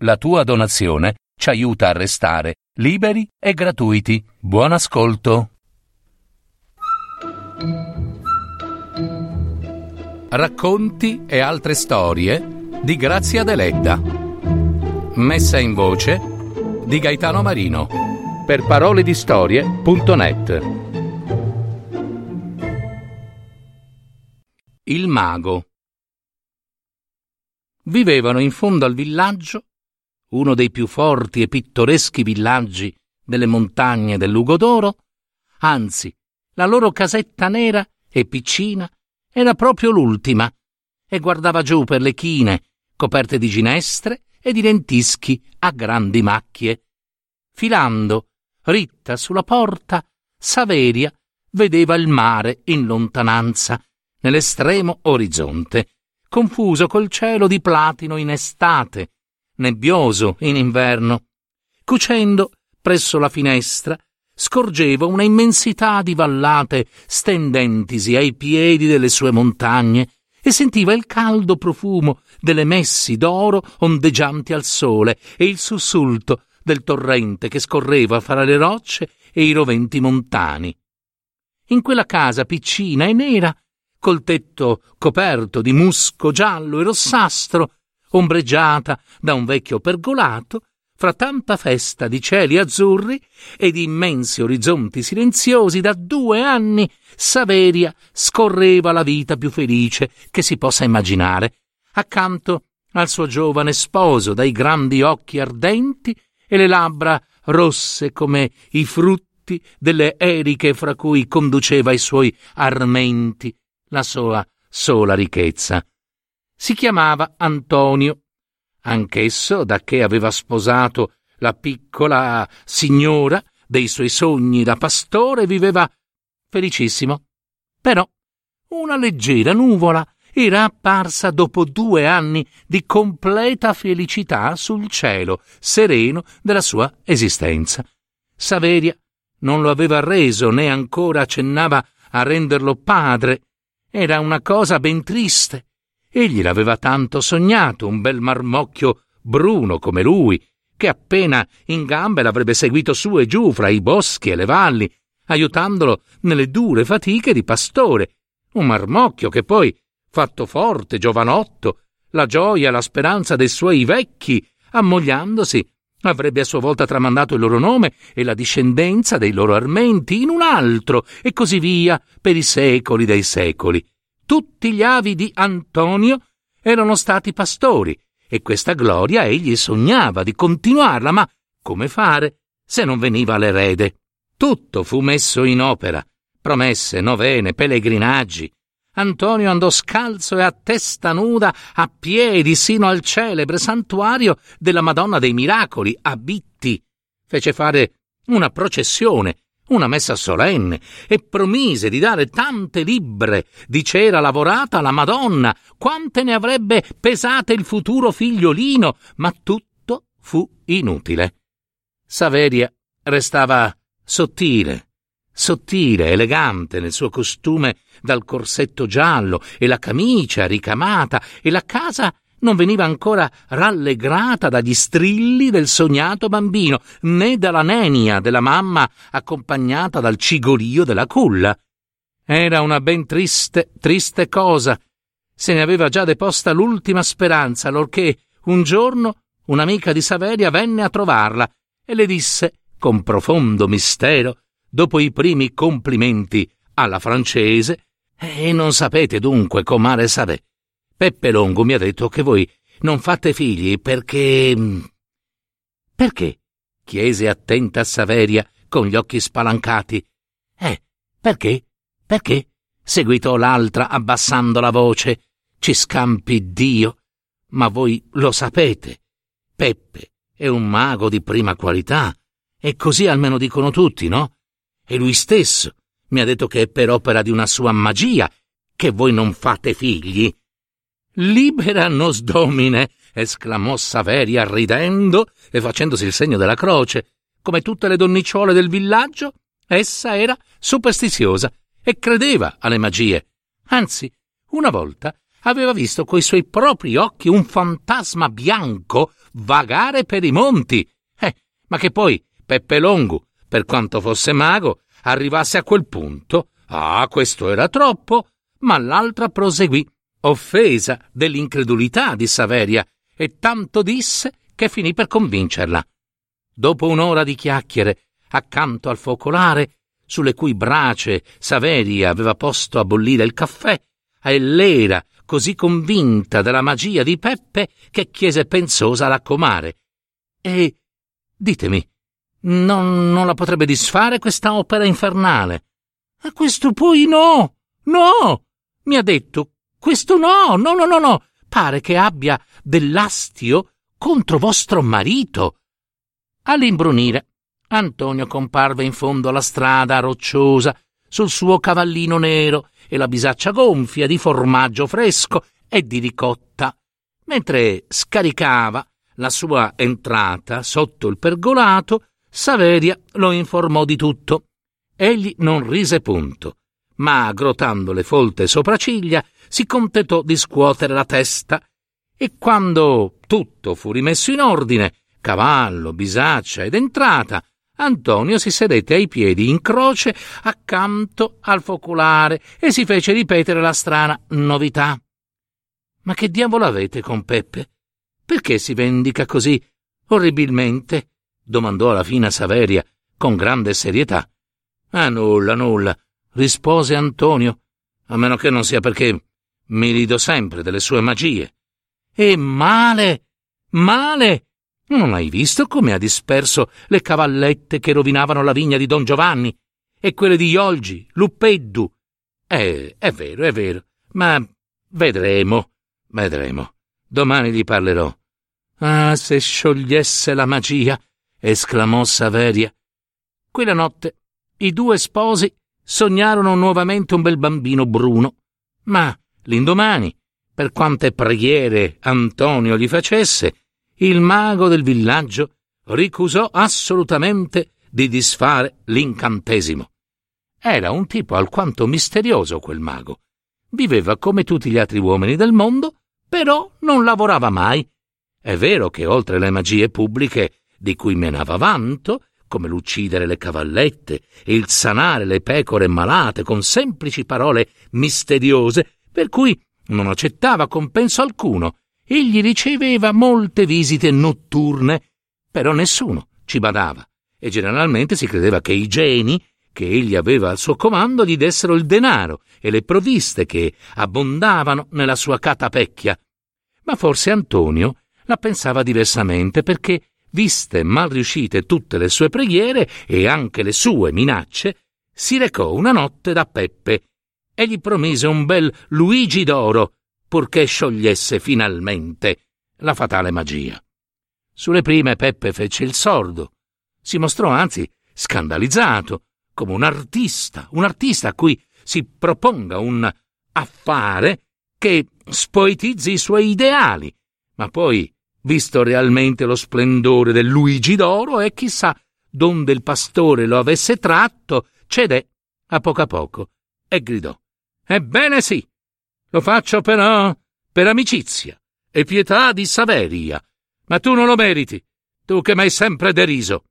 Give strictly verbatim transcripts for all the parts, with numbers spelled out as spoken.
La tua donazione ci aiuta a restare liberi e gratuiti. Buon ascolto. Racconti e altre storie di Grazia Deledda. Messa in voce di Gaetano Marino per paroledistorie punto net. Il mago. Vivevano in fondo al villaggio, uno dei più forti e pittoreschi villaggi delle montagne dell'Ugo d'Oro, anzi, la loro casetta nera e piccina era proprio l'ultima e guardava giù per le chine coperte di ginestre e di lentischi a grandi macchie. Filando, ritta sulla porta, Saveria vedeva il mare in lontananza, nell'estremo orizzonte, confuso col cielo di platino in estate, nebbioso in inverno. Cucendo presso la finestra scorgeva una immensità di vallate stendentisi ai piedi delle sue montagne e sentiva il caldo profumo delle messi d'oro ondeggianti al sole e il sussulto del torrente che scorreva fra le rocce e i roventi montani. In quella casa piccina e nera, col tetto coperto di musco giallo e rossastro, ombreggiata da un vecchio pergolato, fra tanta festa di cieli azzurri e di immensi orizzonti silenziosi, da due anni Saveria scorreva la vita più felice che si possa immaginare, accanto al suo giovane sposo dai grandi occhi ardenti e le labbra rosse come i frutti delle eriche fra cui conduceva i suoi armenti la sua sola ricchezza. Si chiamava Antonio, anch'esso dacché aveva sposato la piccola signora dei suoi sogni da pastore, viveva felicissimo. Però una leggera nuvola era apparsa dopo due anni di completa felicità sul cielo sereno della sua esistenza. Saveria non lo aveva reso né ancora accennava a renderlo padre. Era una cosa ben triste. Egli l'aveva tanto sognato, un bel marmocchio bruno come lui, che appena in gambe l'avrebbe seguito su e giù fra i boschi e le valli, aiutandolo nelle dure fatiche di pastore. Un marmocchio che poi, fatto forte, giovanotto, la gioia e la speranza dei suoi vecchi, ammogliandosi, avrebbe a sua volta tramandato il loro nome e la discendenza dei loro armenti in un altro, e così via per i secoli dei secoli. Tutti gli avi di Antonio erano stati pastori, e questa gloria egli sognava di continuarla, ma come fare se non veniva l'erede? Tutto fu messo in opera, promesse, novene, pellegrinaggi. Antonio andò scalzo e a testa nuda a piedi sino al celebre santuario della Madonna dei Miracoli a Bitti. Fece fare una processione, una messa solenne, e promise di dare tante libbre di cera lavorata alla Madonna quante ne avrebbe pesate il futuro figliolino, ma tutto fu inutile. Saveria restava sottile, sottile, elegante nel suo costume dal corsetto giallo e la camicia ricamata, e la casa non veniva ancora rallegrata dagli strilli del sognato bambino, né dalla nenia della mamma accompagnata dal cigolio della culla. Era una ben triste, triste cosa. Se ne aveva già deposta l'ultima speranza, allorché un giorno un'amica di Saveria venne a trovarla e le disse, con profondo mistero, dopo i primi complimenti alla francese: «E non sapete dunque, comare Savè, Peppe Longo mi ha detto che voi non fate figli perché...» «Perché?» chiese attenta Saveria con gli occhi spalancati. «Eh, perché? Perché?» seguitò l'altra abbassando la voce. «Ci scampi Dio, ma voi lo sapete. Peppe è un mago di prima qualità, e così almeno dicono tutti, no? E lui stesso mi ha detto che è per opera di una sua magia che voi non fate figli». «Libera nos Domine!» esclamò Saveria ridendo e facendosi il segno della croce. Come tutte le donnicciuole del villaggio, essa era superstiziosa e credeva alle magie. Anzi, una volta aveva visto coi suoi propri occhi un fantasma bianco vagare per i monti. Eh, ma che poi Peppe Longu, per quanto fosse mago, arrivasse a quel punto, ah, questo era troppo, ma l'altra proseguì, offesa dell'incredulità di Saveria, e tanto disse che finì per convincerla. Dopo un'ora di chiacchiere, accanto al focolare, sulle cui brace Saveria aveva posto a bollire il caffè, e l'era così convinta della magia di Peppe che chiese pensosa alla comare: «E ditemi, non, non la potrebbe disfare questa opera infernale?» «A questo poi no, no!» mi ha detto. «Questo no, no, no, no, no! Pare che abbia dell'astio contro vostro marito!» All'imbrunire, Antonio comparve in fondo alla strada rocciosa, sul suo cavallino nero e la bisaccia gonfia di formaggio fresco e di ricotta, mentre scaricava la sua entrata sotto il pergolato. Saveria lo informò di tutto. Egli non rise punto, ma, aggrotando le folte sopracciglia, si contentò di scuotere la testa, e quando tutto fu rimesso in ordine, cavallo, bisaccia ed entrata, Antonio si sedette ai piedi in croce accanto al focolare e si fece ripetere la strana novità. «Ma che diavolo avete con Peppe? Perché si vendica così orribilmente?» domandò alla fine Saveria con grande serietà. «Ah, nulla, nulla», rispose Antonio, «a meno che non sia perché mi rido sempre delle sue magie». «E male, male! Non hai visto come ha disperso le cavallette che rovinavano la vigna di Don Giovanni? E quelle di Iolgi, Luppeddu? Eh, è vero, è vero, ma vedremo, vedremo. Domani gli parlerò». «Ah, se sciogliesse la magia!» esclamò Saveria. Quella notte i due sposi sognarono nuovamente un bel bambino bruno, ma l'indomani, per quante preghiere Antonio gli facesse, il mago del villaggio ricusò assolutamente di disfare l'incantesimo. Era un tipo alquanto misterioso quel mago. Viveva come tutti gli altri uomini del mondo, però non lavorava mai. È vero che oltre le magie pubbliche di cui menava vanto, come l'uccidere le cavallette e il sanare le pecore malate con semplici parole misteriose, per cui non accettava compenso alcuno, egli riceveva molte visite notturne, però nessuno ci badava, e generalmente si credeva che i geni che egli aveva al suo comando gli dessero il denaro e le provviste che abbondavano nella sua catapecchia. Ma forse Antonio la pensava diversamente, perché, viste mal riuscite tutte le sue preghiere e anche le sue minacce, si recò una notte da Peppe e gli promise un bel Luigi d'oro, purché sciogliesse finalmente la fatale magia. Sulle prime Peppe fece il sordo, si mostrò anzi scandalizzato, come un artista, un artista a cui si proponga un affare che spoetizzi i suoi ideali, ma poi, visto realmente lo splendore del Luigi d'oro e chissà donde il pastore lo avesse tratto, cedè a poco a poco e gridò: «Ebbene sì, lo faccio però per amicizia e pietà di Saveria, ma tu non lo meriti, tu che m'hai sempre deriso».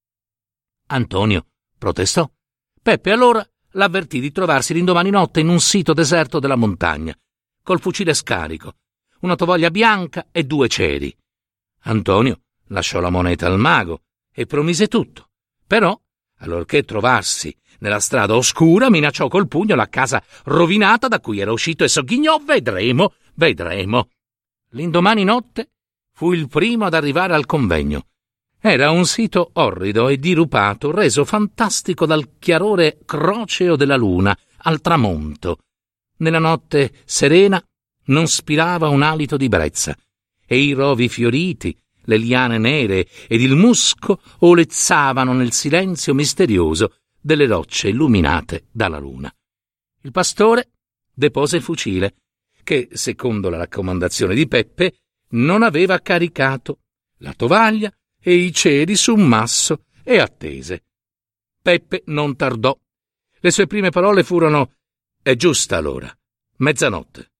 Antonio protestò. Peppe allora l'avvertì di trovarsi l'indomani notte in un sito deserto della montagna, col fucile scarico, una tovaglia bianca e due ceri. Antonio lasciò la moneta al mago e promise tutto, però, allorché trovarsi nella strada oscura, minacciò col pugno la casa rovinata da cui era uscito e sogghignò: «Vedremo, vedremo». L'indomani notte fu il primo ad arrivare al convegno. Era un sito orrido e dirupato, reso fantastico dal chiarore croceo della luna al tramonto. Nella notte serena non spirava un alito di brezza, e i rovi fioriti, le liane nere ed il musco olezzavano nel silenzio misterioso delle rocce illuminate dalla luna. Il pastore depose il fucile, che, secondo la raccomandazione di Peppe, non aveva caricato, la tovaglia e i ceri su un masso, e attese. Peppe non tardò. Le sue prime parole furono: «È giusta l'ora, mezzanotte».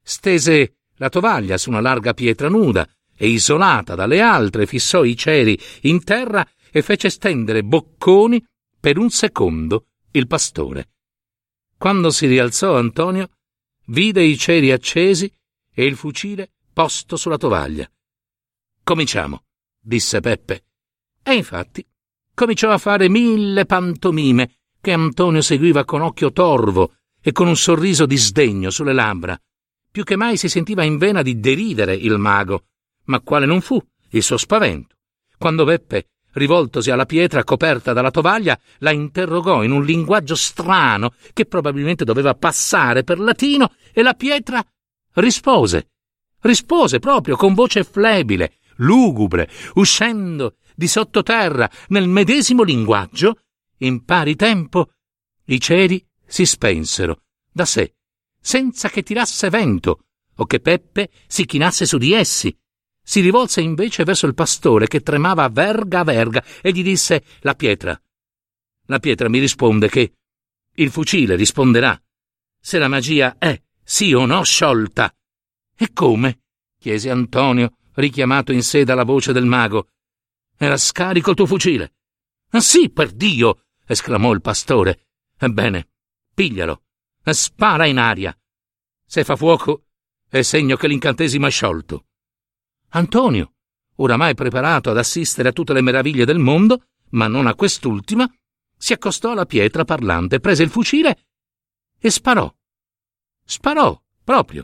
stese la tovaglia su una larga pietra nuda e isolata dalle altre, fissò i ceri in terra e fece stendere bocconi per un secondo il pastore. Quando si rialzò Antonio, vide i ceri accesi e il fucile posto sulla tovaglia. «Cominciamo», disse Peppe. E infatti cominciò a fare mille pantomime che Antonio seguiva con occhio torvo e con un sorriso di sdegno sulle labbra. Più che mai si sentiva in vena di deridere il mago, ma quale non fu il suo spavento quando Peppe, rivoltosi alla pietra coperta dalla tovaglia, la interrogò in un linguaggio strano che probabilmente doveva passare per latino, e la pietra rispose, rispose proprio con voce flebile, lugubre, uscendo di sottoterra nel medesimo linguaggio. In pari tempo i ceri si spensero da sé, senza che tirasse vento o che Peppe si chinasse su di essi. Si rivolse invece verso il pastore che tremava verga a verga e gli disse: «La pietra. La pietra mi risponde che il fucile risponderà se la magia è sì o no sciolta». «E come?» chiese Antonio, richiamato in sé dalla voce del mago. «Era scarico il tuo fucile?» «Ah sì, per Dio!» esclamò il pastore. «Ebbene, piglialo e spara in aria. Se fa fuoco è segno che l'incantesimo è sciolto». Antonio, oramai preparato ad assistere a tutte le meraviglie del mondo, ma non a quest'ultima, si accostò alla pietra parlante, prese il fucile e sparò. Sparò, proprio.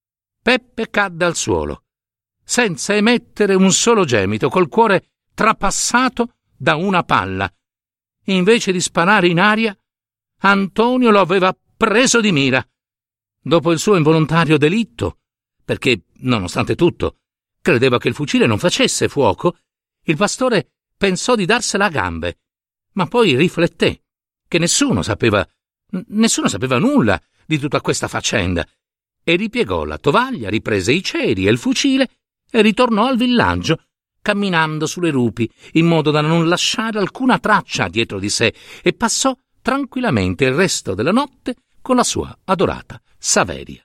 Peppe cadde al suolo, senza emettere un solo gemito, col cuore trapassato da una palla. Invece di sparare in aria, Antonio lo aveva preso di mira. Dopo il suo involontario delitto, perché, nonostante tutto, credeva che il fucile non facesse fuoco, il pastore pensò di darsela a gambe, ma poi rifletté che nessuno sapeva, nessuno sapeva nulla di tutta questa faccenda, e ripiegò la tovaglia, riprese i ceri e il fucile e ritornò al villaggio, camminando sulle rupi, in modo da non lasciare alcuna traccia dietro di sé, e passò tranquillamente il resto della notte con la sua adorata Saveria.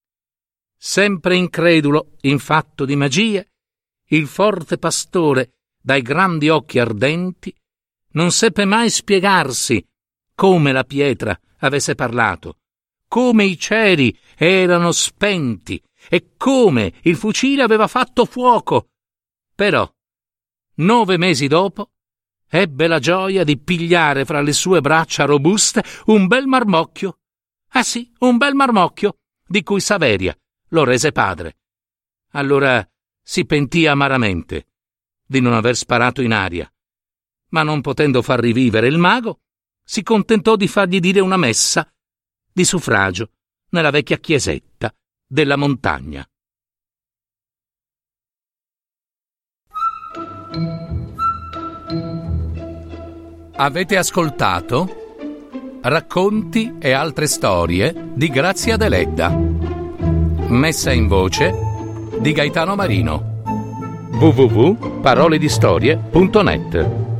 Sempre incredulo in fatto di magie, il forte pastore, dai grandi occhi ardenti, non seppe mai spiegarsi come la pietra avesse parlato, come i ceri erano spenti e come il fucile aveva fatto fuoco. Però, nove mesi dopo, ebbe la gioia di pigliare fra le sue braccia robuste un bel marmocchio. Ah sì, un bel marmocchio, di cui Saveria lo rese padre. Allora si pentì amaramente di non aver sparato in aria, ma non potendo far rivivere il mago, si contentò di fargli dire una messa di suffragio nella vecchia chiesetta della montagna. Avete ascoltato Racconti e altre storie di Grazia Deledda. Messa in voce di Gaetano Marino. w w w punto paroledistorie punto net